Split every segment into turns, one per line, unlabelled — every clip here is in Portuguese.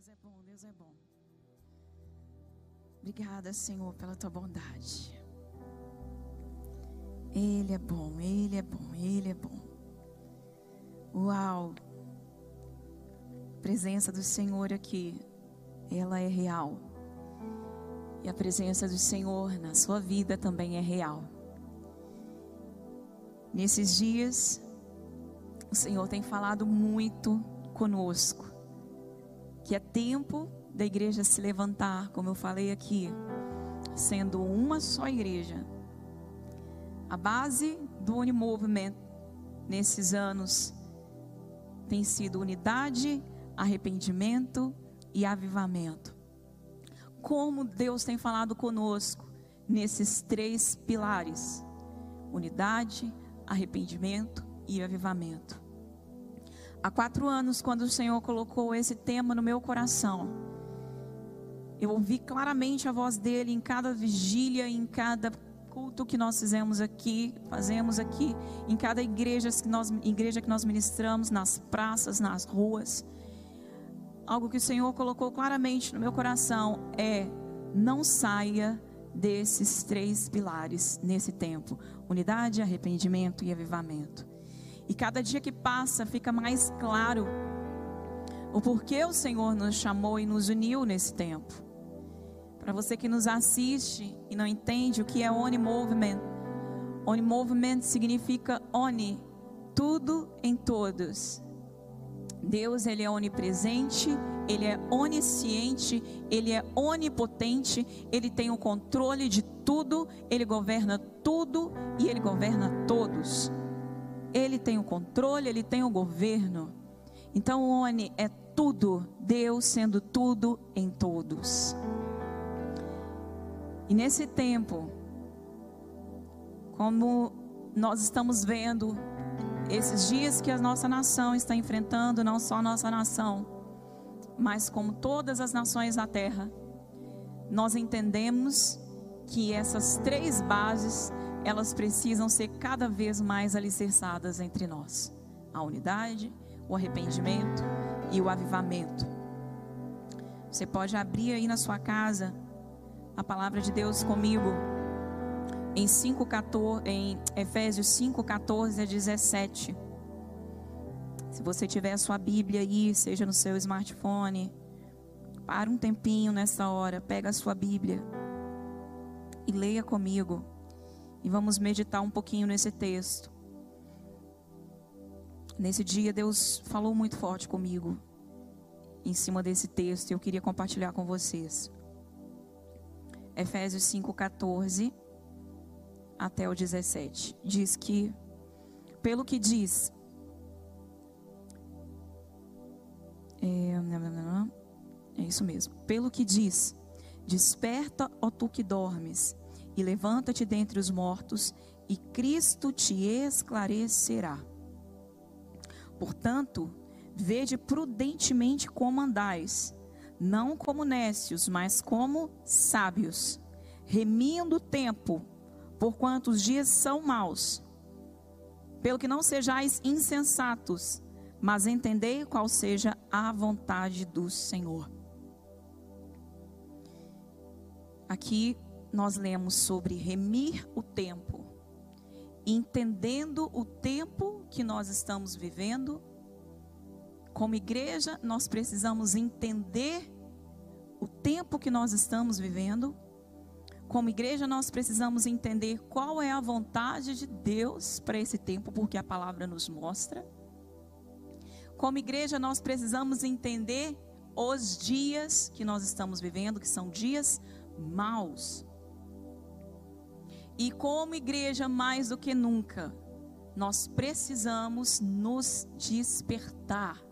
Deus é bom, Deus é bom. Obrigada, Senhor, pela tua bondade. Ele é bom, Ele é bom, Ele é bom. Uau! A presença do Senhor aqui, ela é real. E a presença do Senhor na sua vida também é real. Nesses dias, o Senhor tem falado muito conosco, que é tempo da igreja se levantar, como eu falei aqui, sendo uma só igreja. A base do Unimovement nesses anos tem sido unidade, arrependimento e avivamento. Como Deus tem falado conosco nesses três pilares: unidade, arrependimento e avivamento. Há 4 anos, quando o Senhor colocou esse tema no meu coração, eu ouvi claramente a voz dele em cada vigília, em cada culto que nós fazemos aqui, em cada igreja que nós ministramos, nas praças, nas ruas. Algo que o Senhor colocou claramente no meu coração é: não saia desses 3 pilares nesse tempo: unidade, arrependimento e avivamento. E cada dia que passa fica mais claro o porquê o Senhor nos chamou e nos uniu nesse tempo. Para você que nos assiste e não entende o que é Unimovement, Unimovement significa Oni, tudo em todos. Deus, Ele é onipresente, Ele é onisciente, Ele é onipotente, Ele tem o controle de tudo, Ele governa tudo e Ele governa todos. Ele tem o controle, Ele tem o governo. Então o Oni é tudo, Deus sendo tudo em todos. E nesse tempo, como nós estamos vendo esses dias que a nossa nação está enfrentando, não só a nossa nação, mas como todas as nações da terra, nós entendemos que essas 3 bases, elas precisam ser cada vez mais alicerçadas entre nós: a unidade, o arrependimento e o avivamento. Você pode abrir aí na sua casa a palavra de Deus comigo em Efésios 5:14 a 17. Se você tiver a sua Bíblia aí, seja no seu smartphone, para um tempinho nessa hora, pega a sua Bíblia e leia comigo. E vamos meditar um pouquinho nesse texto. Nesse dia Deus falou muito forte comigo em cima desse texto, e eu queria compartilhar com vocês. Efésios 5:14 até o 17. Diz que, pelo que diz, é isso mesmo. Pelo que diz: desperta, ó tu que dormes, e levanta-te dentre os mortos, e Cristo te esclarecerá. Portanto, vede prudentemente como andais, não como nécios, mas como sábios, remindo o tempo, porquanto os dias são maus. Pelo que não sejais insensatos, mas entendei qual seja a vontade do Senhor. Aqui nós lemos sobre remir o tempo, entendendo o tempo que nós estamos vivendo. Como igreja, nós precisamos entender o tempo que nós estamos vivendo. Como igreja, nós precisamos entender qual é a vontade de Deus para esse tempo, porque a palavra nos mostra. Como igreja, nós precisamos entender os dias que nós estamos vivendo, que são dias maus. E como igreja, mais do que nunca, nós precisamos nos despertar.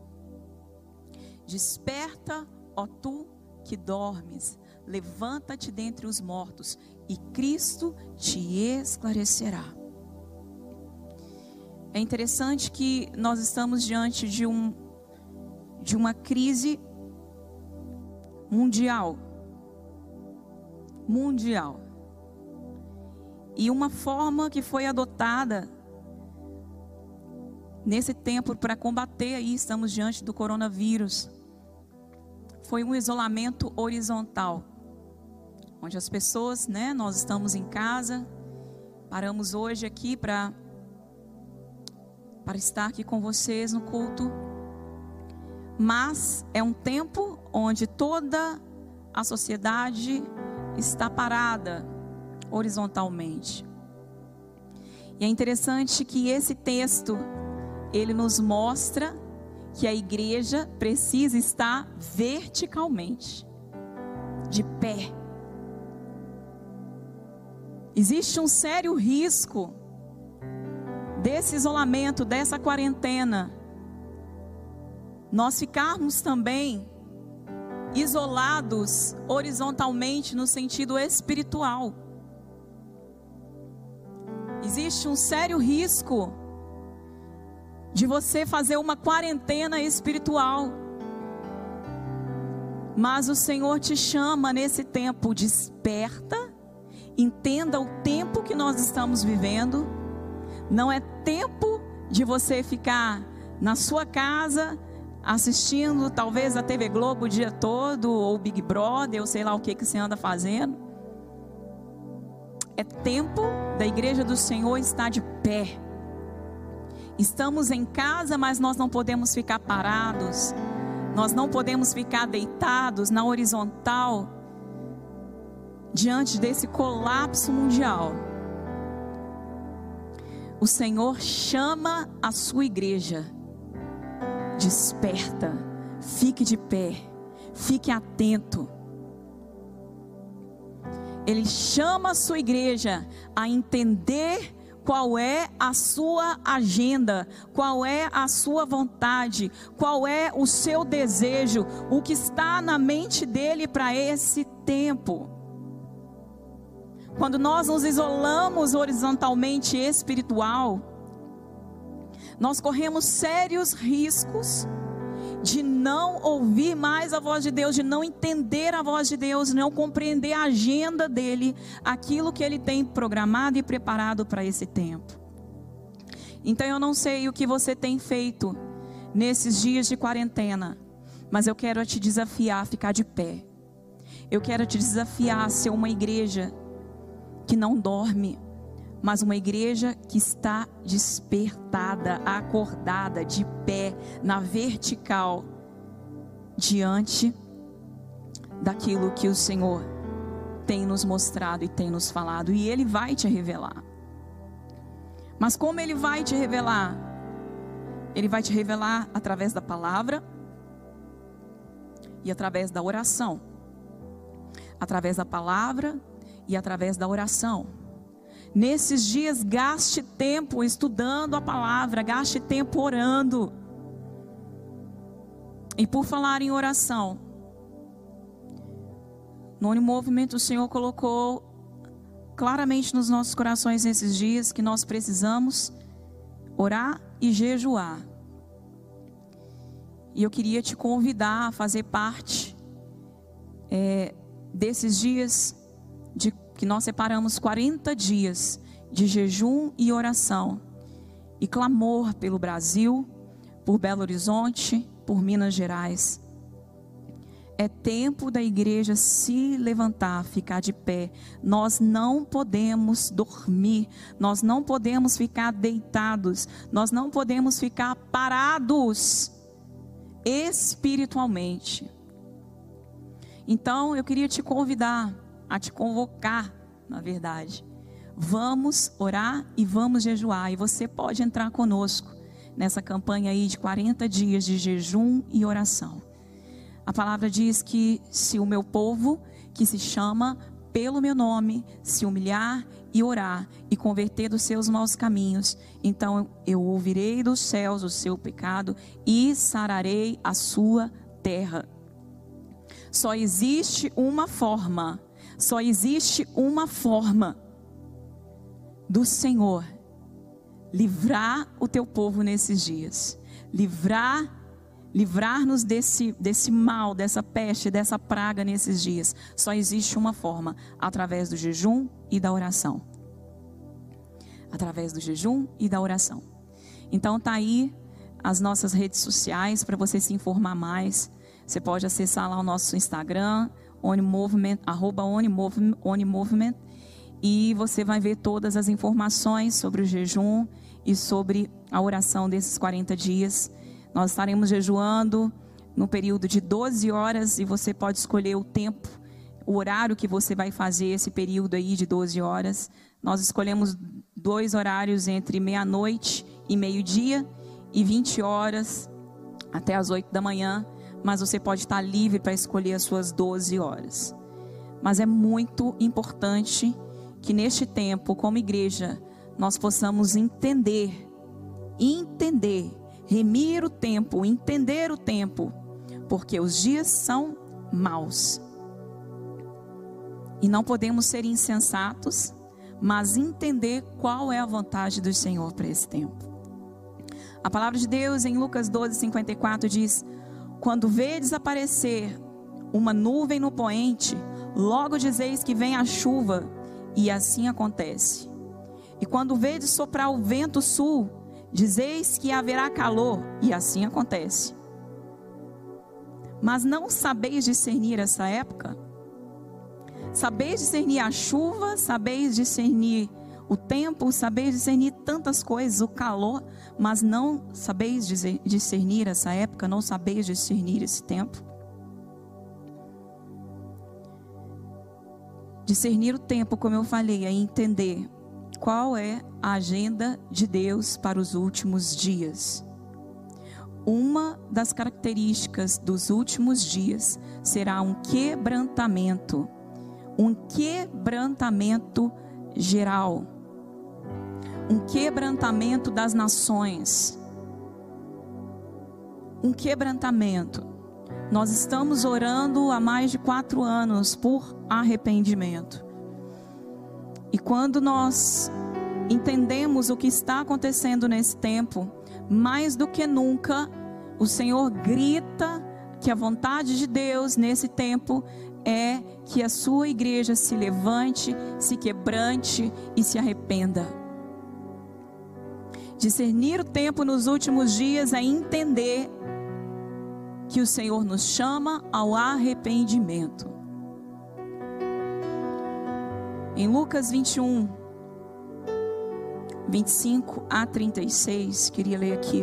Desperta, ó tu que dormes, levanta-te dentre os mortos, e Cristo te esclarecerá. É interessante que nós estamos diante de uma crise mundial. E uma forma que foi adotada nesse tempo para combater aí, estamos diante do coronavírus, foi um isolamento horizontal, onde as pessoas, nós estamos em casa, paramos hoje aqui para estar aqui com vocês no culto, mas é um tempo onde toda a sociedade está parada horizontalmente. E é interessante que esse texto, ele nos mostra que a igreja precisa estar verticalmente, de pé. Existe um sério risco desse isolamento, dessa quarentena, nós ficarmos também isolados horizontalmente no sentido espiritual. Existe um sério risco de você fazer uma quarentena espiritual. Mas o Senhor te chama nesse tempo, desperta, entenda o tempo que nós estamos vivendo. Não é tempo de você ficar na sua casa assistindo talvez a TV Globo o dia todo, ou Big Brother, ou sei lá o que você anda fazendo. É tempo da igreja do Senhor estar de pé. Estamos em casa, mas nós não podemos ficar parados. Nós não podemos ficar deitados na horizontal diante desse colapso mundial. O Senhor chama a sua igreja. Desperta, fique de pé, fique atento. Ele chama a sua igreja a entender qual é a sua agenda, qual é a sua vontade, qual é o seu desejo, o que está na mente dele para esse tempo. Quando nós nos isolamos horizontalmente espiritual, nós corremos sérios riscos de não ouvir mais a voz de Deus, de não entender a voz de Deus, não compreender a agenda dele, aquilo que ele tem programado e preparado para esse tempo. Então eu não sei o que você tem feito nesses dias de quarentena, mas eu quero te desafiar a ficar de pé. Eu quero te desafiar a ser uma igreja que não dorme, mas uma igreja que está despertada, acordada, de pé, na vertical, diante daquilo que o Senhor tem nos mostrado e tem nos falado. E Ele vai te revelar. Mas como Ele vai te revelar? Ele vai te revelar através da palavra e através da oração. Através da palavra e através da oração. Nesses dias, gaste tempo estudando a palavra, gaste tempo orando. E por falar em oração, no movimento o Senhor colocou claramente nos nossos corações nesses dias que nós precisamos orar e jejuar. E eu queria te convidar a fazer parte desses dias que nós separamos 40 dias de jejum e oração e clamor pelo Brasil, por Belo Horizonte, por Minas Gerais. É tempo da igreja se levantar, ficar de pé. Nós não podemos dormir, nós não podemos ficar deitados, nós não podemos ficar parados espiritualmente. Então eu queria te convidar, a te convocar, na verdade. Vamos orar e vamos jejuar. E você pode entrar conosco nessa campanha aí de 40 dias de jejum e oração. A palavra diz que se o meu povo, que se chama pelo meu nome, se humilhar e orar e converter dos seus maus caminhos, então eu ouvirei dos céus o seu pecado e sararei a sua terra. Só existe uma forma do Senhor livrar o teu povo nesses dias, livrar-nos desse mal, dessa peste, dessa praga nesses dias. Só existe uma forma, através do jejum e da oração. Através do jejum e da oração. Então tá aí as nossas redes sociais para você se informar mais Você pode acessar lá o nosso Instagram, @OniMovement, @OniMovement, e você vai ver todas as informações sobre o jejum e sobre a oração desses 40 dias. Nós estaremos jejuando no período de 12 horas e você pode escolher o tempo, o horário que você vai fazer esse período aí de 12 horas. Nós escolhemos 2 horários entre meia-noite e meio-dia e 20 horas até as 8 da manhã, mas você pode estar livre para escolher as suas 12 horas. Mas é muito importante que neste tempo, como igreja, nós possamos entender, remir o tempo, entender o tempo, porque os dias são maus. E não podemos ser insensatos, mas entender qual é a vontade do Senhor para esse tempo. A palavra de Deus em Lucas 12:54 diz: quando vedes aparecer uma nuvem no poente, logo dizeis que vem a chuva, e assim acontece. E quando vedes soprar o vento sul, dizeis que haverá calor, e assim acontece. Mas não sabeis discernir essa época? Sabeis discernir a chuva, sabeis discernir o tempo, sabeis discernir tantas coisas, o calor, mas não sabeis discernir essa época, não sabeis discernir esse tempo? Discernir o tempo, como eu falei, é entender qual é a agenda de Deus para os últimos dias. Uma das características dos últimos dias será um quebrantamento geral, um quebrantamento das nações, um quebrantamento. Nós estamos orando há mais de 4 anos por arrependimento. E quando nós entendemos o que está acontecendo nesse tempo, mais do que nunca, o Senhor grita que a vontade de Deus nesse tempo é que a sua igreja se levante, se quebrante e se arrependa. Discernir o tempo nos últimos dias é entender que o Senhor nos chama ao arrependimento. Em Lucas 21, 25 a 36, queria ler aqui.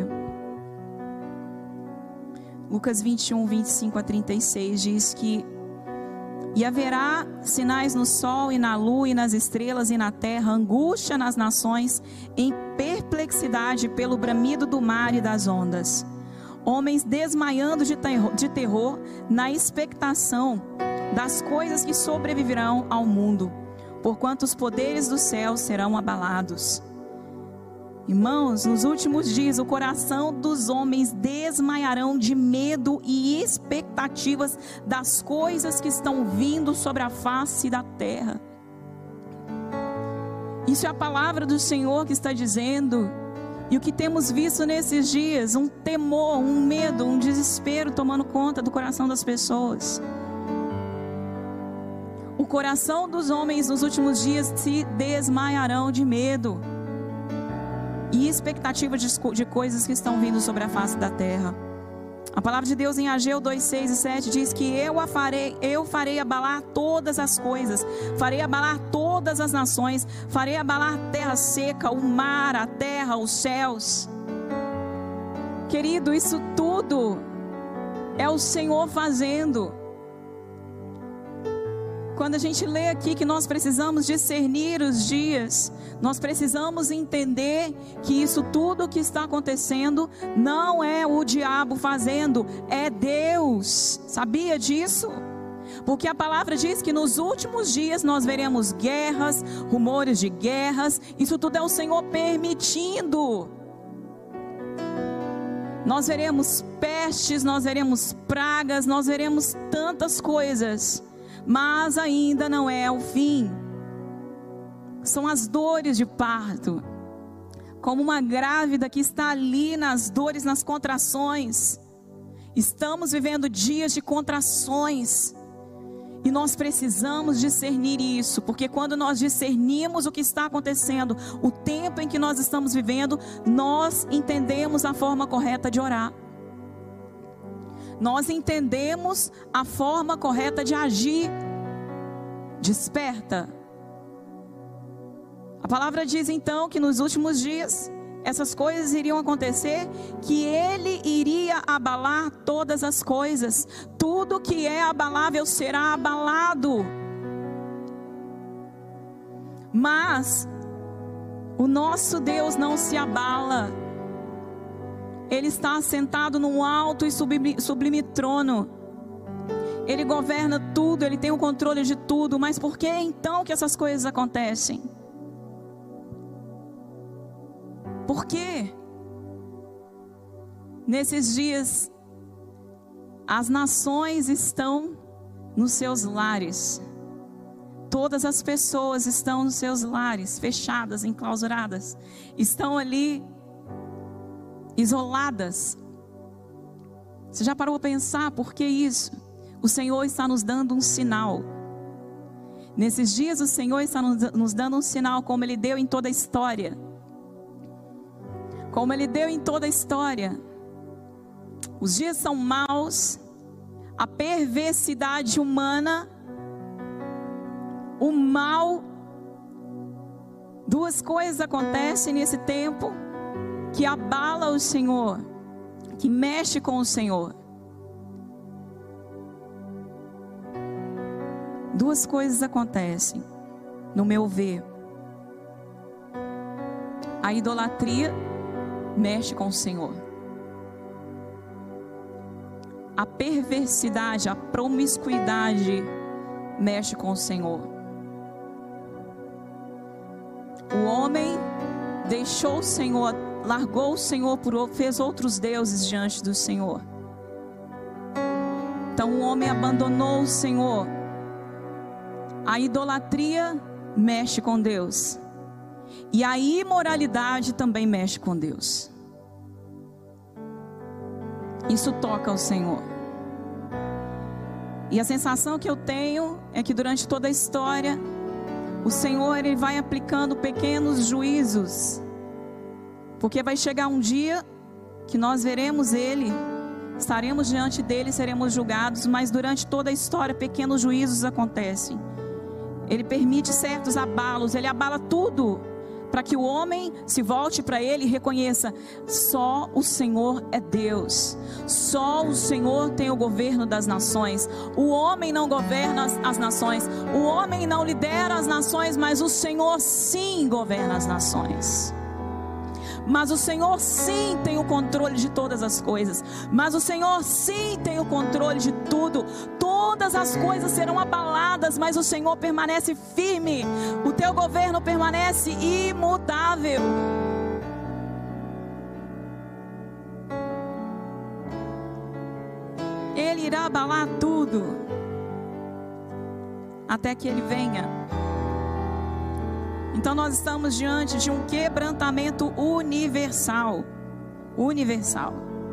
Lucas 21, 25 a 36 diz que: e haverá sinais no sol e na lua e nas estrelas e na terra, angústia nas nações, em perplexidade pelo bramido do mar e das ondas. Homens desmaiando de terror na expectação das coisas que sobreviverão ao mundo, porquanto os poderes do céu serão abalados. Irmãos, nos últimos dias o coração dos homens desmaiarão de medo e expectativas das coisas que estão vindo sobre a face da terra. Isso é a palavra do Senhor que está dizendo. E o que temos visto nesses dias, um temor, um medo, um desespero tomando conta do coração das pessoas. O coração dos homens nos últimos dias se desmaiarão de medo e expectativa de coisas que estão vindo sobre a face da terra. A palavra de Deus em Ageu 2:6 e 7 diz que eu farei abalar todas as coisas, farei abalar todas as nações, farei abalar a terra seca, o mar, a terra, os céus. Querido, isso tudo é o Senhor fazendo. Quando a gente lê aqui que nós precisamos discernir os dias, nós precisamos entender que isso tudo que está acontecendo não é o diabo fazendo, é Deus. Sabia disso? Porque a palavra diz que nos últimos dias nós veremos guerras, rumores de guerras. Isso tudo é o Senhor permitindo. Nós veremos pestes, nós veremos pragas, nós veremos tantas coisas. Mas ainda não é o fim. São as dores de parto, como uma grávida que está ali nas dores, nas contrações. Estamos vivendo dias de contrações, e nós precisamos discernir isso, porque quando nós discernimos o que está acontecendo, o tempo em que nós estamos vivendo, nós entendemos a forma correta de orar. nós entendemos a forma correta de agir. Desperta. A palavra diz então que nos últimos dias essas coisas iriam acontecer, que Ele iria abalar todas as coisas. Tudo que é abalável será abalado. Mas o nosso Deus não se abala. Ele está assentado num alto e sublime trono. Ele governa tudo, Ele tem o controle de tudo. Mas por que então que essas coisas acontecem? Por quê? Nesses dias, as nações estão nos seus lares. Todas as pessoas estão nos seus lares, fechadas, enclausuradas. Estão ali, isoladas. Você já parou para pensar por que isso? O Senhor está nos dando um sinal. Nesses dias o Senhor está nos dando um sinal, como Ele deu em toda a história. Como Ele deu em toda a história. Os dias são maus. A perversidade humana, o mal. Duas coisas acontecem nesse tempo que abala o Senhor, que mexe com o Senhor. Duas coisas acontecem, no meu ver. A idolatria mexe com o Senhor. A perversidade, a promiscuidade mexe com o Senhor. O homem deixou o Senhor, largou o Senhor, fez outros deuses diante do Senhor. Então o homem abandonou o Senhor. A idolatria mexe com Deus. E a imoralidade também mexe com Deus. Isso toca o Senhor. E a sensação que eu tenho é que durante toda a história, o Senhor Ele vai aplicando pequenos juízos. Porque vai chegar um dia que nós veremos Ele, estaremos diante dEle, seremos julgados. Mas durante toda a história, pequenos juízos acontecem. Ele permite certos abalos, Ele abala tudo, para que o homem se volte para Ele e reconheça: só o Senhor é Deus, só o Senhor tem o governo das nações. O homem não governa as nações, o homem não lidera as nações, mas o Senhor sim governa as nações. Mas o Senhor sim tem o controle de todas as coisas. Mas o Senhor sim tem o controle de tudo. Todas as coisas serão abaladas, mas o Senhor permanece firme. O teu governo permanece imutável. Ele irá abalar tudo, até que Ele venha. Então nós estamos diante de um quebrantamento universal. Universal.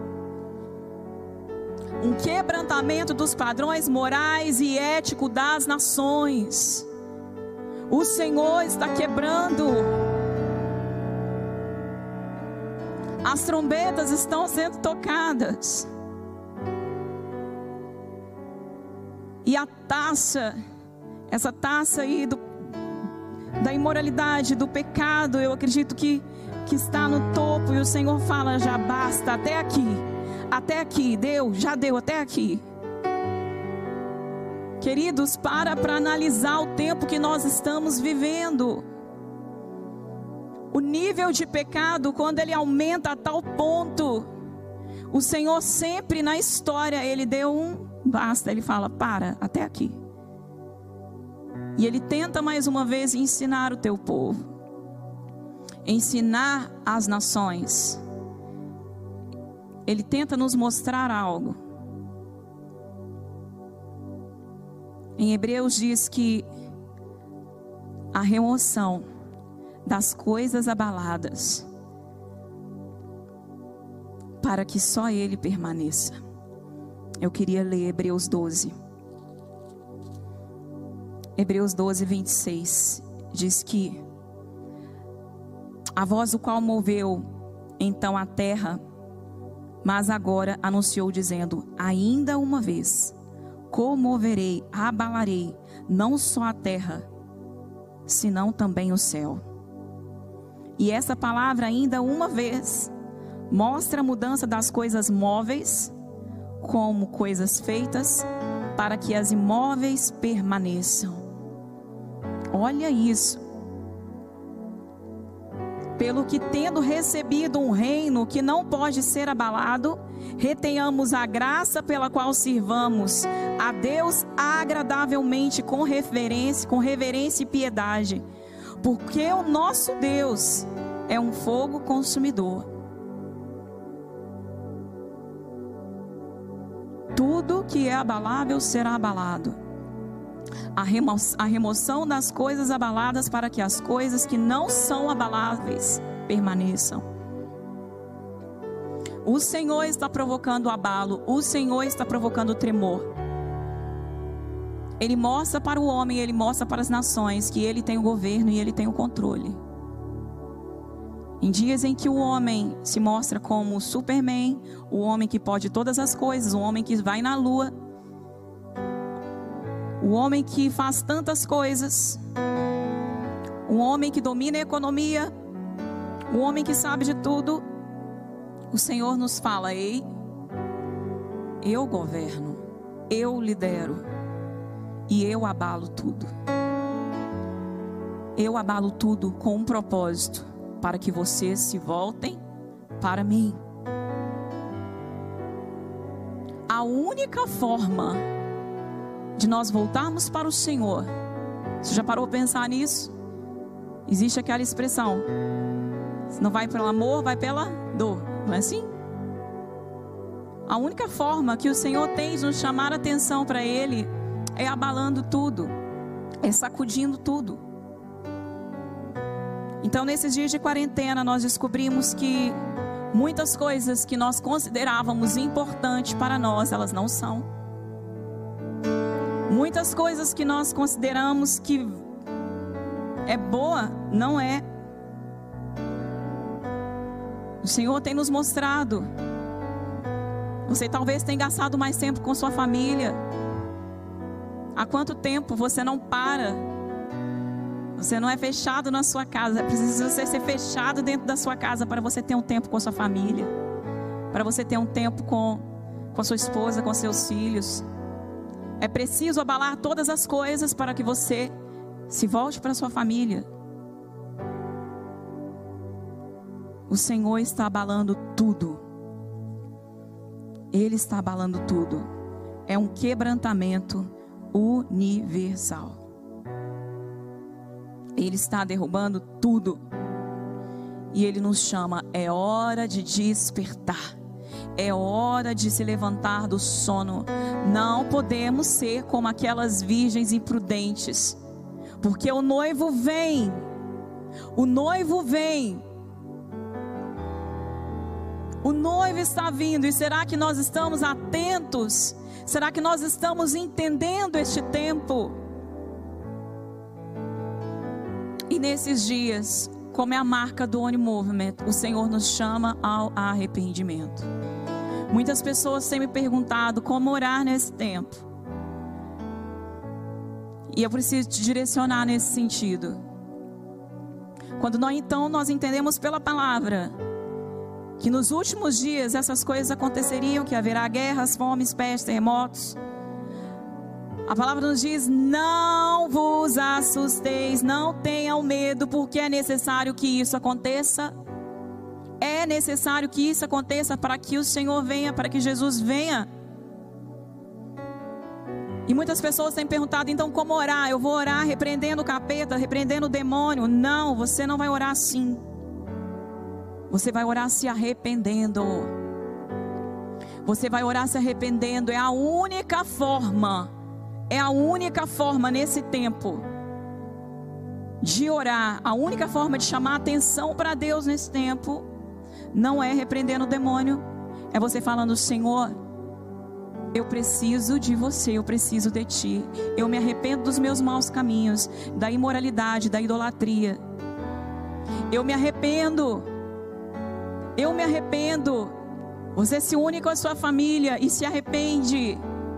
Um quebrantamento dos padrões morais e éticos das nações. O Senhor está quebrando. As trombetas estão sendo tocadas. E a taça, essa taça aí da imoralidade, do pecado, eu acredito que está no topo. E o Senhor fala: já basta, até aqui, já deu até aqui. Queridos, para analisar o tempo que nós estamos vivendo. O nível de pecado, quando ele aumenta a tal ponto, o Senhor sempre na história, Ele deu basta, Ele fala: para, até aqui. E Ele tenta mais uma vez ensinar o teu povo, ensinar as nações. Ele tenta nos mostrar algo. Em Hebreus diz que a remoção das coisas abaladas, para que só Ele permaneça. Eu queria ler Hebreus 12. Hebreus 12, 26, diz que a voz do qual moveu então a terra Mas agora anunciou dizendo: ainda uma vez comoverei, abalarei, não só a terra, senão também o céu. E essa palavra ainda uma vez mostra a mudança das coisas móveis como coisas feitas para que as imóveis permaneçam. Olha isso. Pelo que, tendo recebido um reino que não pode ser abalado, retenhamos a graça pela qual sirvamos a Deus agradavelmente, com reverência e piedade, porque o nosso Deus é um fogo consumidor. Tudo que é abalável será abalado. A remoção das coisas abaladas para que as coisas que não são abaláveis permaneçam. O Senhor está provocando abalo, o Senhor está provocando tremor. Ele mostra para o homem, ele mostra para as nações que ele tem o governo e ele tem o controle. Em dias em que o homem se mostra como o Superman, o homem que pode todas as coisas, o homem que vai na lua, o homem que faz tantas coisas, o homem que domina a economia, o homem que sabe de tudo, o Senhor nos fala: ei, eu governo, eu lidero e eu abalo tudo. Eu abalo tudo com um propósito, para que vocês se voltem para mim. A única forma de nós voltarmos para o Senhor, você já parou para pensar nisso? Existe aquela expressão: se não vai pelo amor, vai pela dor, não é assim? A única forma que o Senhor tem de nos chamar a atenção para Ele é abalando tudo, é sacudindo tudo. Então, nesses dias de quarentena, nós descobrimos que muitas coisas que nós considerávamos importantes para nós, elas não são. Muitas coisas que nós consideramos que é boa, não é. O Senhor tem nos mostrado. Você talvez tenha gastado mais tempo com sua família. Há quanto tempo você não para? Você não é fechado na sua casa. É preciso você ser fechado dentro da sua casa para você ter um tempo com a sua família, para você ter um tempo com a sua esposa, com seus filhos. É preciso abalar todas as coisas para que você se volte para a sua família. O Senhor está abalando tudo. Ele está abalando tudo. É um quebrantamento universal. Ele está derrubando tudo. E Ele nos chama: é hora de despertar. É hora de se levantar do sono. Não podemos ser como aquelas virgens imprudentes, porque o noivo vem. O noivo vem. O noivo está vindo. E será que nós estamos atentos? Será que nós estamos entendendo este tempo? E nesses dias, como é a marca do One Movement, o Senhor nos chama ao arrependimento. Muitas pessoas têm me perguntado como orar nesse tempo. E eu preciso te direcionar nesse sentido. Quando nós entendemos pela palavra que nos últimos dias essas coisas aconteceriam, que haverá guerras, fomes, pestes, terremotos. A palavra nos diz: não vos assusteis, não tenham medo, porque é necessário que isso aconteça. É necessário que isso aconteça para que o Senhor venha, para que Jesus venha. E muitas pessoas têm perguntado: então como orar? Eu vou orar repreendendo o capeta, repreendendo o demônio? Não, você não vai orar assim. Você vai orar se arrependendo. Você vai orar se arrependendo. É a única forma. É a única forma nesse tempo de orar. A única forma de chamar atenção para Deus nesse tempo não é repreendendo o demônio. É você falando: Senhor, eu preciso de você, eu preciso de ti. Eu me arrependo dos meus maus caminhos, da imoralidade, da idolatria. Eu me arrependo. Eu me arrependo. Você se une com a sua família e se arrepende.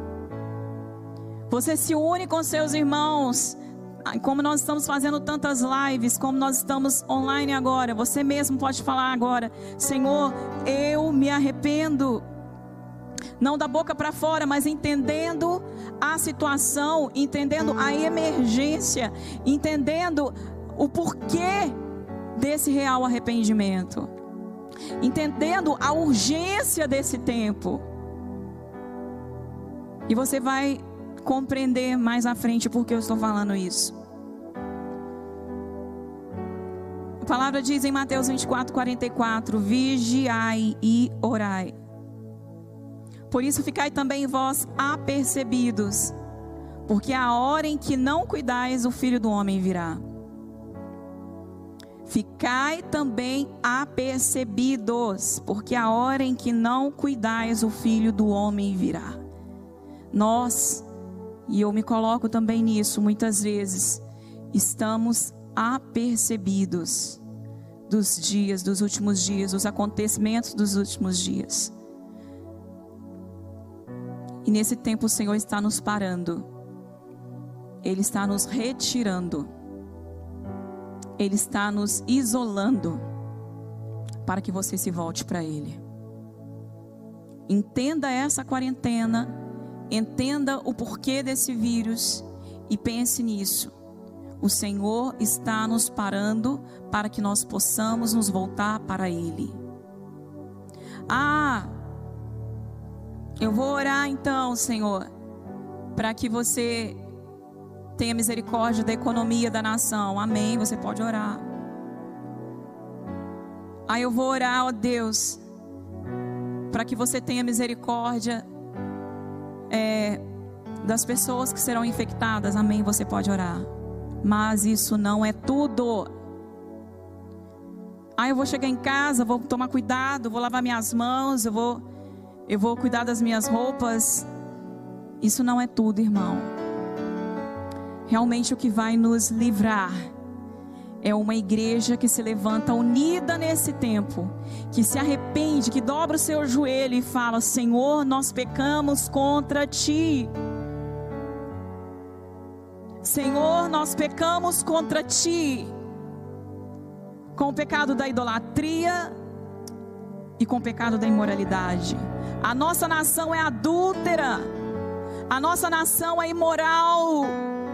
Você se une com seus irmãos. Como nós estamos fazendo tantas lives, como nós estamos online agora, você mesmo pode falar agora: Senhor, eu me arrependo. Não da boca para fora, mas entendendo a situação, entendendo a emergência, entendendo o porquê desse real arrependimento, entendendo a urgência desse tempo. E você vai compreender mais à frente por que eu estou falando isso. A palavra diz em Mateus 24:44: vigiai e orai. Por isso ficai também vós apercebidos, porque a hora em que não cuidais, o Filho do Homem virá. Ficai também apercebidos, porque a hora em que não cuidais, o Filho do Homem virá. Nós, e eu me coloco também nisso, muitas vezes, estamos apercebidos dos dias, dos últimos dias, dos acontecimentos dos últimos dias. E nesse tempo o Senhor está nos parando. Ele está nos retirando. Ele está nos isolando para que você se volte para Ele. Entenda essa quarentena, entenda o porquê desse vírus e pense nisso. O Senhor está nos parando para que nós possamos nos voltar para Ele. Eu vou orar então, Senhor, para que você tenha misericórdia da economia da nação. Amém, você pode orar. Eu vou orar, ó Deus, para que você tenha misericórdia das pessoas que serão infectadas. Amém, você pode orar. Mas isso não é tudo. Eu vou chegar em casa, vou tomar cuidado, vou lavar minhas mãos, eu vou cuidar das minhas roupas. Isso não é tudo, irmão. Realmente o que vai nos livrar é uma igreja que se levanta unida nesse tempo, que se arrepende, que dobra o seu joelho e fala: Senhor, nós pecamos contra Ti. Senhor, nós pecamos contra Ti, com o pecado da idolatria e com o pecado da imoralidade. A nossa nação é adúltera, a nossa nação é imoral,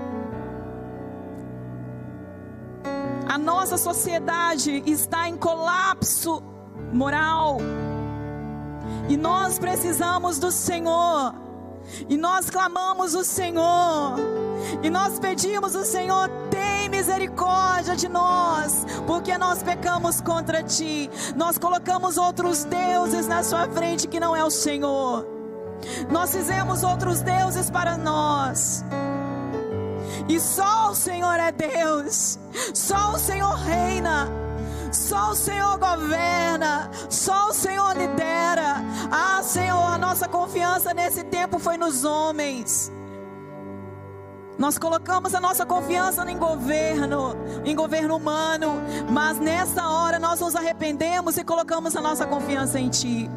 a nossa sociedade está em colapso moral, e nós precisamos do Senhor, e nós clamamos o Senhor, e nós pedimos o Senhor: tem misericórdia de nós, porque nós pecamos contra Ti. Nós colocamos outros deuses na Sua frente que não é o Senhor. Nós fizemos outros deuses para nós. E só o Senhor é Deus. Só o Senhor reina. Só o Senhor governa. Só o Senhor lidera. Senhor, a nossa confiança nesse tempo foi nos homens. Nós colocamos a nossa confiança em governo humano, mas nessa hora nós nos arrependemos e colocamos a nossa confiança em Ti.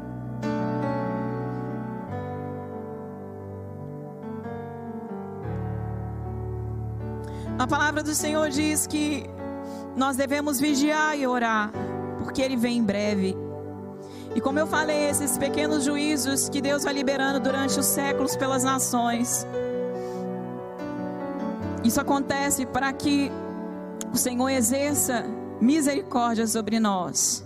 A palavra do Senhor diz que nós devemos vigiar e orar, porque Ele vem em breve. E como eu falei, esses pequenos juízos que Deus vai liberando durante os séculos pelas nações, isso acontece para que o Senhor exerça misericórdia sobre nós.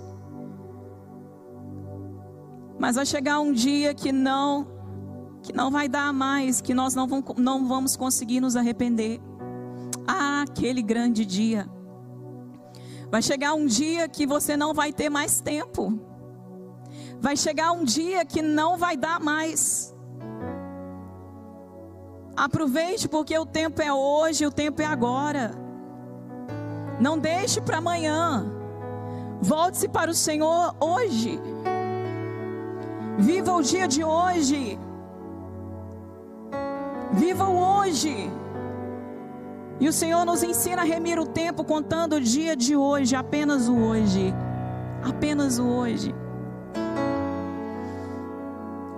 Mas vai chegar um dia que não vai dar mais, que nós não vamos conseguir nos arrepender. Aquele grande dia. Vai chegar um dia que você não vai ter mais tempo. Vai chegar um dia que não vai dar mais. Aproveite, porque o tempo é hoje, o tempo é agora. Não deixe para amanhã. Volte-se para o Senhor hoje. Viva o dia de hoje. Viva o hoje. E o Senhor nos ensina a remir o tempo contando o dia de hoje, apenas o hoje. Apenas o hoje.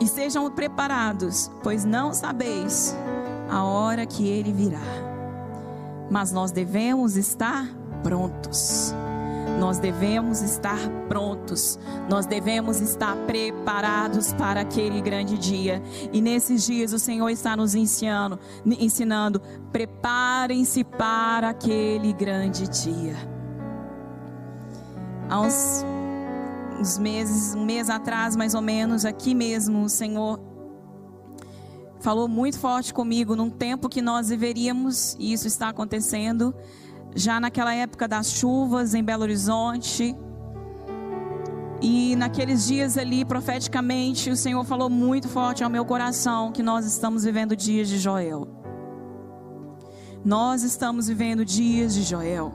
e sejam preparados, pois não sabeis a hora que ele virá. Mas nós devemos estar prontos. Nós devemos estar prontos. Nós devemos estar preparados para aquele grande dia. E nesses dias o Senhor está nos ensinando, preparem-se para aquele grande dia. Há uns meses, um mês atrás mais ou menos, aqui mesmo o Senhor falou muito forte comigo num tempo que nós deveríamos, e isso está acontecendo, já naquela época das chuvas em Belo Horizonte. E naqueles dias ali, profeticamente, o Senhor falou muito forte ao meu coração que nós estamos vivendo dias de Joel. Nós estamos vivendo dias de Joel.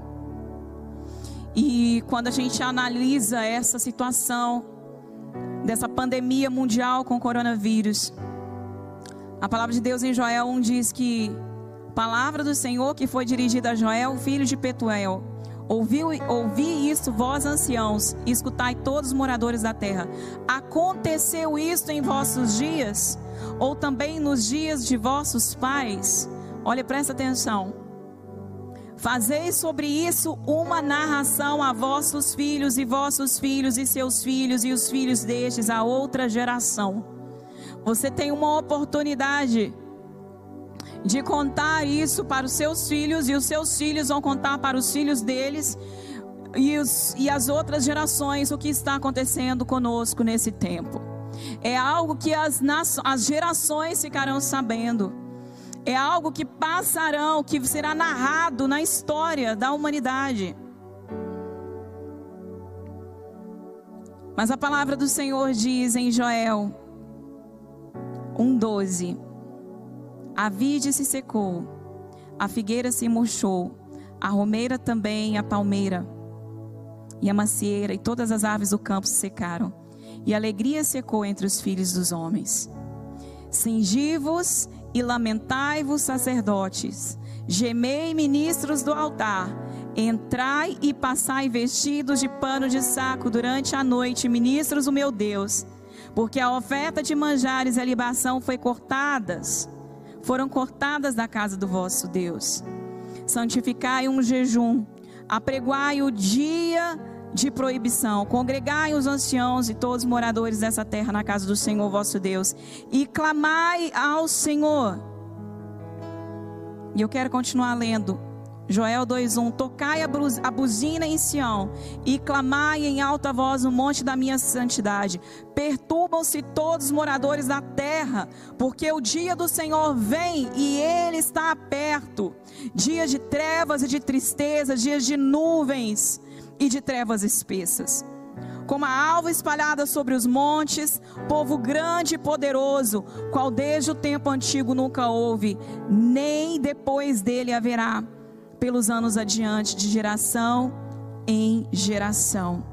E quando a gente analisa essa situação dessa pandemia mundial com o coronavírus, a palavra de Deus em Joel 1 diz que a palavra do Senhor que foi dirigida a Joel, filho de Petuel: ouvi isso, vós anciãos, e escutai todos os moradores da terra. Aconteceu isto em vossos dias, ou também nos dias de vossos pais? Olha, presta atenção. Fazei sobre isso uma narração a vossos filhos e seus filhos e os filhos destes a outra geração. Você tem uma oportunidade de contar isso para os seus filhos, e os seus filhos vão contar para os filhos deles e as outras gerações o que está acontecendo conosco nesse tempo. É algo que as gerações ficarão sabendo. É algo que passarão, que será narrado na história da humanidade. Mas a palavra do Senhor diz em Joel 1:12: a vide se secou, a figueira se murchou, a romeira também, a palmeira e a macieira e todas as árvores do campo se secaram, e a alegria secou entre os filhos dos homens. Cingi-vos e lamentai-vos, sacerdotes, gemei, ministros do altar, entrai e passai vestidos de pano de saco durante a noite, ministros do meu Deus, porque a oferta de manjares e a libação foram cortadas da casa do vosso Deus. Santificai um jejum, apregoai o dia de proibição, congregai os anciãos e todos os moradores dessa terra na casa do Senhor vosso Deus, e clamai ao Senhor. E eu quero continuar lendo Joel 2:1: tocai a buzina em Sião, e clamai em alta voz no monte da minha santidade. Perturbam-se todos os moradores da terra, porque o dia do Senhor vem e ele está perto. Dias de trevas e de tristeza, dias de nuvens e de trevas espessas, como a alva espalhada sobre os montes, povo grande e poderoso, qual desde o tempo antigo nunca houve, nem depois dele haverá, pelos anos adiante, de geração em geração.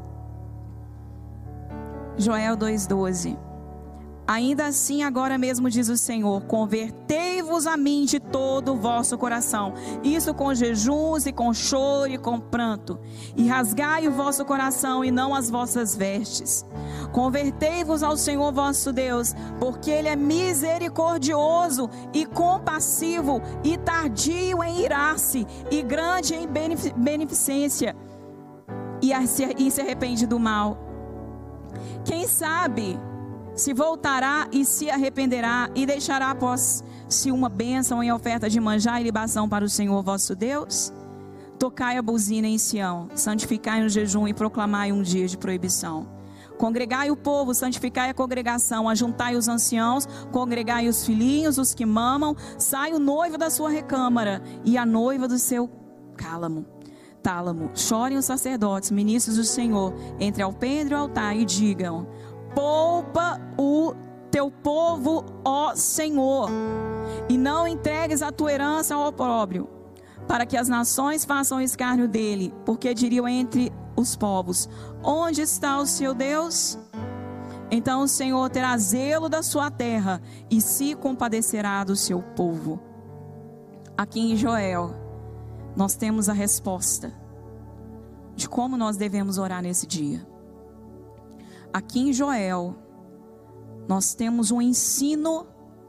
Joel 2:12: ainda assim agora mesmo diz o Senhor, convertei-vos a mim de todo o vosso coração, isso com jejuns e com choro e com pranto, e rasgai o vosso coração e não as vossas vestes. Convertei-vos ao Senhor vosso Deus, porque Ele é misericordioso e compassivo e tardio em irar-se e grande em beneficência, e se arrepende do mal. Quem sabe se voltará e se arrependerá e deixará após si uma bênção em oferta de manjar e libação para o Senhor vosso Deus? Tocai a buzina em Sião, santificai um jejum e proclamai um dia de proibição. Congregai o povo, santificai a congregação, ajuntai os anciãos, congregai os filhinhos, os que mamam, sai o noivo da sua recâmara e a noiva do seu tálamo. Chorem os sacerdotes, ministros do Senhor, entre alpendre e o altar, e digam: poupa o teu povo, ó Senhor, e não entregues a tua herança ao opróbrio, para que as nações façam escárnio dele, porque diriam entre os povos: onde está o seu Deus? Então o Senhor terá zelo da sua terra e se compadecerá do seu povo. Aqui em Joel, nós temos a resposta de como nós devemos orar nesse dia. Aqui em Joel, nós temos um ensino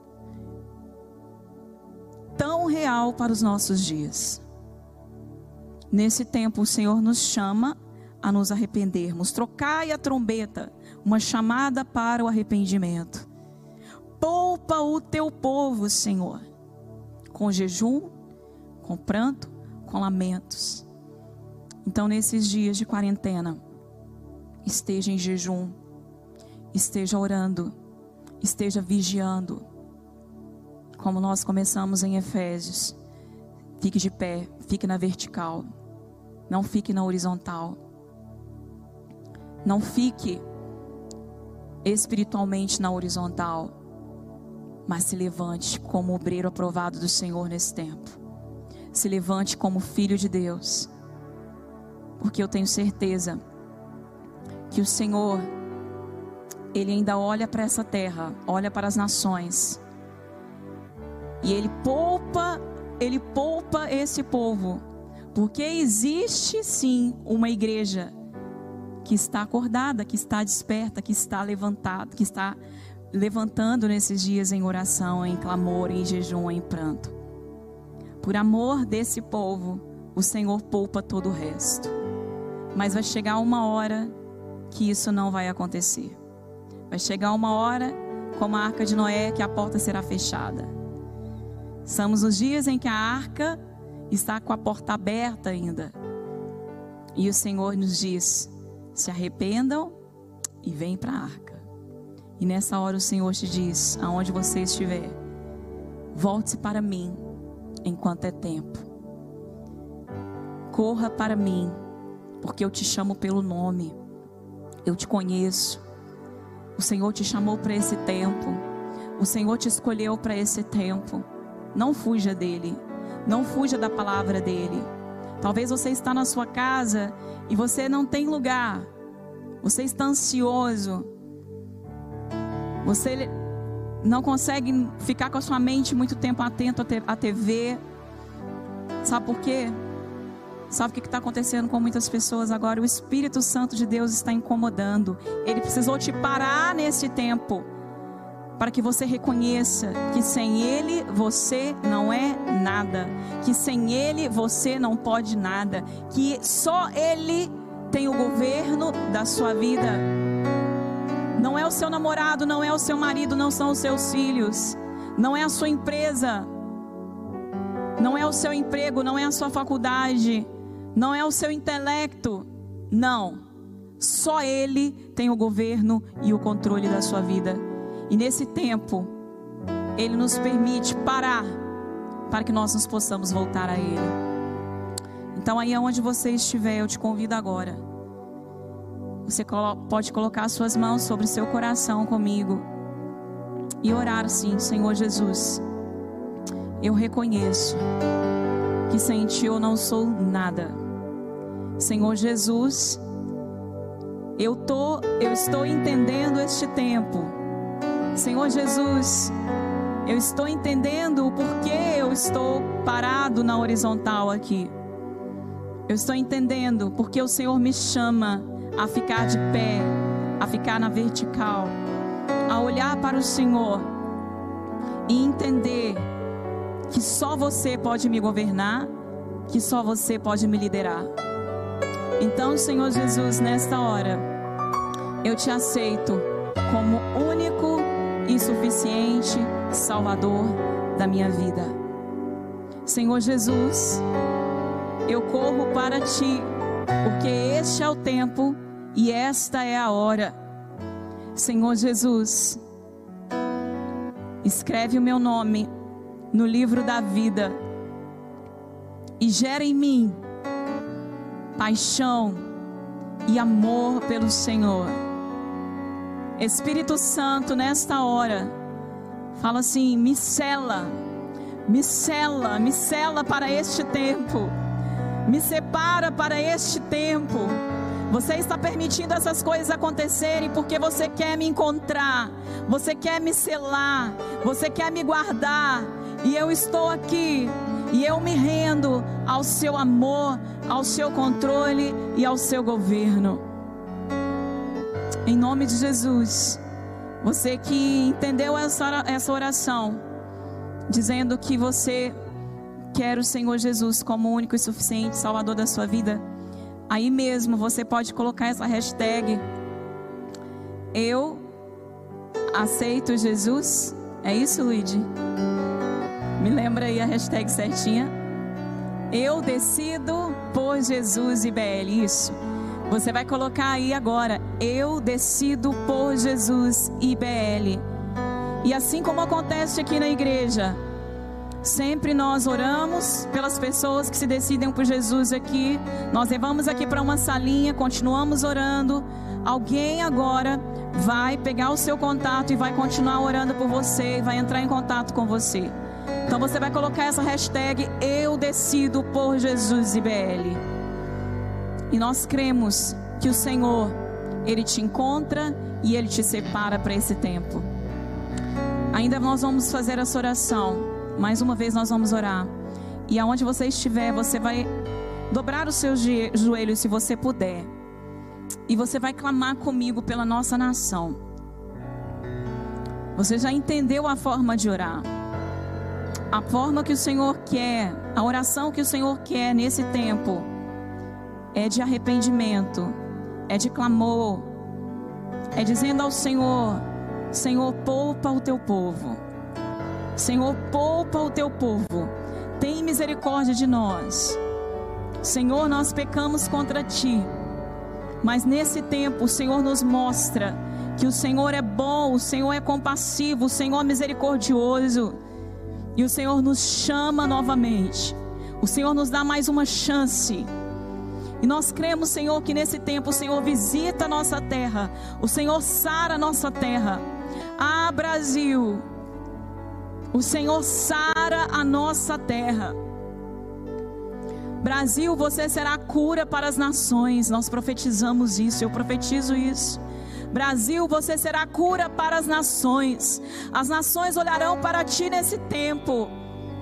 tão real para os nossos dias. Nesse tempo o Senhor nos chama a nos arrependermos. Trocai a trombeta, uma chamada para o arrependimento. Poupa o teu povo, Senhor, com jejum, com pranto, com lamentos. Então, nesses dias de quarentena, esteja em jejum, esteja orando, esteja vigiando. Como nós começamos em Efésios, fique de pé, fique na vertical, não fique na horizontal. Não fique espiritualmente na horizontal, mas se levante como obreiro aprovado do Senhor nesse tempo. Se levante como filho de Deus, porque eu tenho certeza que o Senhor, Ele ainda olha para essa terra, olha para as nações, e Ele poupa esse povo, porque existe sim uma igreja que está acordada, que está desperta, que está levantada, que está levantando nesses dias em oração, em clamor, em jejum, em pranto. Por amor desse povo, o Senhor poupa todo o resto. Mas vai chegar uma hora que isso não vai acontecer. Vai chegar uma hora, como a arca de Noé, que a porta será fechada. Estamos nos dias em que a arca está com a porta aberta ainda. E o Senhor nos diz: se arrependam e vem para a arca. E nessa hora o Senhor te diz, aonde você estiver, volte-se para mim enquanto é tempo. Corra para mim, porque eu te chamo pelo nome. Eu te conheço. O Senhor te chamou para esse tempo. O Senhor te escolheu para esse tempo. Não fuja dele. Não fuja da palavra dele. Talvez você está na sua casa e você não tem lugar. Você está ansioso. Você não consegue ficar com a sua mente muito tempo atento à TV. Sabe por quê? Sabe o que está acontecendo com muitas pessoas agora? O Espírito Santo de Deus está incomodando. Ele precisou te parar nesse tempo, para que você reconheça que sem Ele você não é nada, que sem Ele você não pode nada, que só Ele tem o governo da sua vida. Não é o seu namorado, não é o seu marido, não são os seus filhos, não é a sua empresa, não é o seu emprego, não é a sua faculdade, não é o seu intelecto. Não, só Ele tem o governo e o controle da sua vida. E nesse tempo Ele nos permite parar, para que nós nos possamos voltar a Ele. Então aí onde você estiver, eu te convido agora. Você pode colocar as suas mãos sobre o seu coração comigo e orar assim: Senhor Jesus, eu reconheço que sem Ti eu não sou nada. Senhor Jesus, eu estou entendendo este tempo. Senhor Jesus, eu estou entendendo o porquê eu estou parado na horizontal aqui. Eu estou entendendo porque o Senhor me chama a ficar de pé, a ficar na vertical, a olhar para o Senhor e entender que só você pode me governar, que só você pode me liderar. Então, Senhor Jesus, nesta hora, eu te aceito como único e suficiente Salvador da minha vida. Senhor Jesus, eu corro para Ti, porque este é o tempo e esta é a hora. Senhor Jesus, escreve o meu nome no livro da vida e gera em mim paixão e amor pelo Senhor. Espírito Santo, nesta hora, fala assim: me sela para este tempo, me separa para este tempo. Você está permitindo essas coisas acontecerem porque você quer me encontrar, você quer me selar, você quer me guardar. E eu estou aqui e eu me rendo ao seu amor, ao seu controle e ao seu governo. Em nome de Jesus, Você que entendeu essa oração, dizendo que você quer o Senhor Jesus como único e suficiente Salvador da sua vida, aí mesmo você pode colocar essa hashtag: eu aceito Jesus. É isso, Luigi? Me lembra aí a hashtag certinha. Eu decido por Jesus IBL. Isso. Você vai colocar aí agora: eu decido por Jesus IBL. E assim como acontece aqui na igreja, sempre nós oramos pelas pessoas que se decidem por Jesus aqui. Nós levamos aqui para uma salinha, continuamos orando. Alguém agora vai pegar o seu contato e vai continuar orando por você, vai entrar em contato com você. Então você vai colocar essa hashtag: eu decido por Jesus IBL. E nós cremos que o Senhor, Ele te encontra e Ele te separa para esse tempo. Ainda nós vamos fazer essa oração. Mais uma vez nós vamos orar. E aonde você estiver, você vai dobrar os seus joelhos, se você puder. E você vai clamar comigo pela nossa nação. Você já entendeu a forma de orar? A forma que o Senhor quer, a oração que o Senhor quer nesse tempo, é de arrependimento, é de clamor, é dizendo ao Senhor: Senhor, poupa o teu povo. Senhor, poupa o teu povo. Tem misericórdia de nós. Senhor, nós pecamos contra ti. Mas nesse tempo o Senhor nos mostra que o Senhor é bom, o Senhor é compassivo, o Senhor é misericordioso. E o Senhor nos chama novamente. O Senhor nos dá mais uma chance. E nós cremos, Senhor, que nesse tempo o Senhor visita a nossa terra. O Senhor sara a nossa terra. Ah, Brasil, o Senhor sara a nossa terra. Brasil, você será a cura para as nações. Nós profetizamos isso, eu profetizo isso. Brasil, você será a cura para as nações. As nações olharão para ti nesse tempo.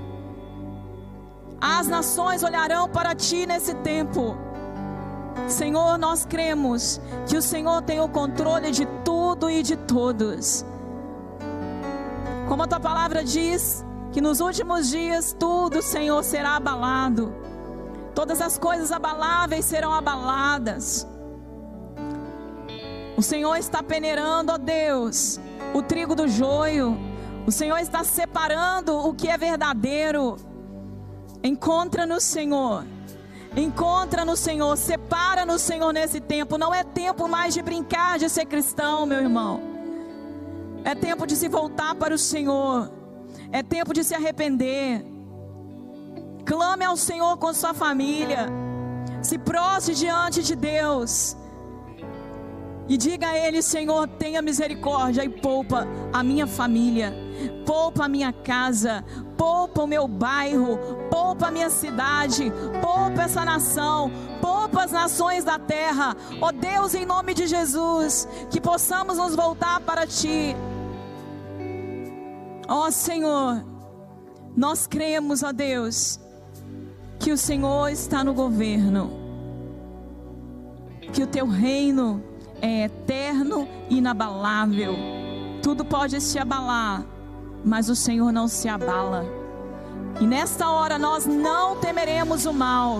As nações olharão para ti nesse tempo. Senhor, nós cremos que o Senhor tem o controle de tudo e de todos. Como a tua palavra diz, que nos últimos dias tudo, Senhor, será abalado. Todas as coisas abaláveis serão abaladas. O Senhor está peneirando, ó Deus, o trigo do joio. O Senhor está separando o que é verdadeiro. Encontra no Senhor. Encontra no Senhor. Separa no Senhor nesse tempo. Não é tempo mais de brincar de ser cristão, meu irmão. É tempo de se voltar para o Senhor. É tempo de se arrepender. Clame ao Senhor com sua família. Se prostre diante de Deus. E diga a Ele: Senhor, tenha misericórdia e poupa a minha família. Poupa a minha casa. Poupa o meu bairro. Poupa a minha cidade. Poupa essa nação. Poupa as nações da terra. Ó Deus, em nome de Jesus, que possamos nos voltar para Ti. Ó Senhor, nós cremos, ó Deus, que o Senhor está no governo, que o Teu reino é eterno e inabalável. Tudo pode se abalar, mas o Senhor não se abala. E nesta hora nós não temeremos o mal.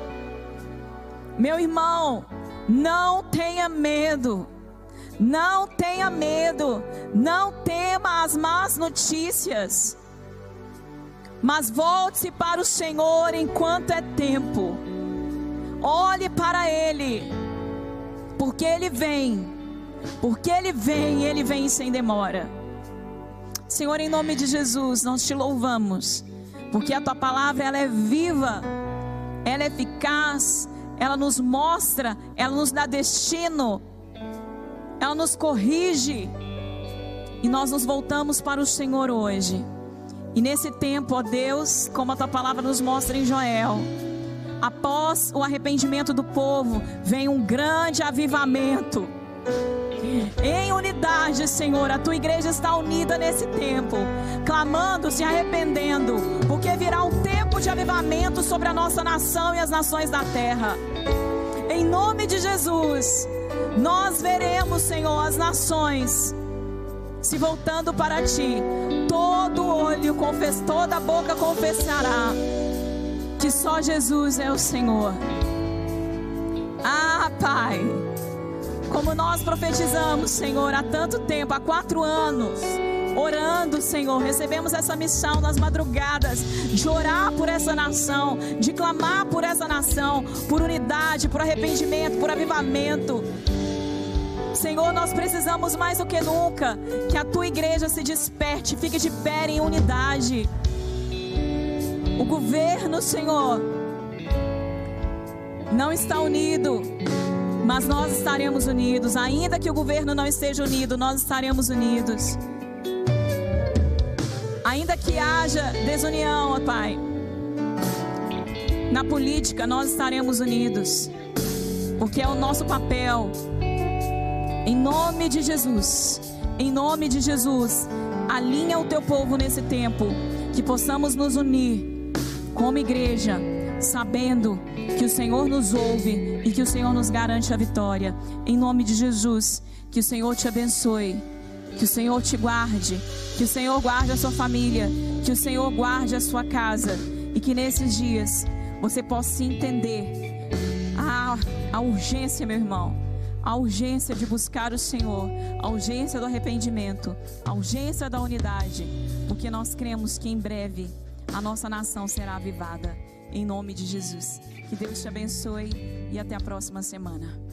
Meu irmão, não tenha medo. Não tenha medo. Não tema as más notícias. Mas volte-se para o Senhor enquanto é tempo. Olhe para Ele. Porque Ele vem. Porque Ele vem sem demora. Senhor, em nome de Jesus, nós Te louvamos. Porque a Tua palavra, ela é viva. Ela é eficaz. Ela nos mostra. Ela nos dá destino. Ela nos corrige. E nós nos voltamos para o Senhor hoje. E nesse tempo, ó Deus, como a Tua palavra nos mostra em Joel, após o arrependimento do povo, vem um grande avivamento. Em unidade, Senhor, a Tua igreja está unida nesse tempo, clamando, se arrependendo, porque virá um tempo de avivamento sobre a nossa nação e as nações da terra. Em nome de Jesus, nós veremos, Senhor, as nações se voltando para ti, todo olho toda boca confessará que só Jesus é o Senhor. Ah, Pai, como nós profetizamos, Senhor, há tanto tempo, há 4 anos, orando, Senhor, recebemos essa missão nas madrugadas, de orar por essa nação, de clamar por essa nação, por unidade, por arrependimento, por avivamento. Senhor, nós precisamos mais do que nunca que a tua igreja se desperte, fique de pé em unidade. O governo, Senhor, não está unido, mas nós estaremos unidos. Ainda que o governo não esteja unido, nós estaremos unidos. Ainda que haja desunião, ó Pai, na política nós estaremos unidos, porque é o nosso papel. Em nome de Jesus, em nome de Jesus, alinha o teu povo nesse tempo, que possamos nos unir como igreja, sabendo que o Senhor nos ouve e que o Senhor nos garante a vitória. Em nome de Jesus, que o Senhor te abençoe, que o Senhor te guarde, que o Senhor guarde a sua família, que o Senhor guarde a sua casa, e que nesses dias você possa entender a urgência, meu irmão, a urgência de buscar o Senhor, a urgência do arrependimento, a urgência da unidade, porque nós cremos que em breve a nossa nação será avivada, em nome de Jesus. Que Deus te abençoe e até a próxima semana.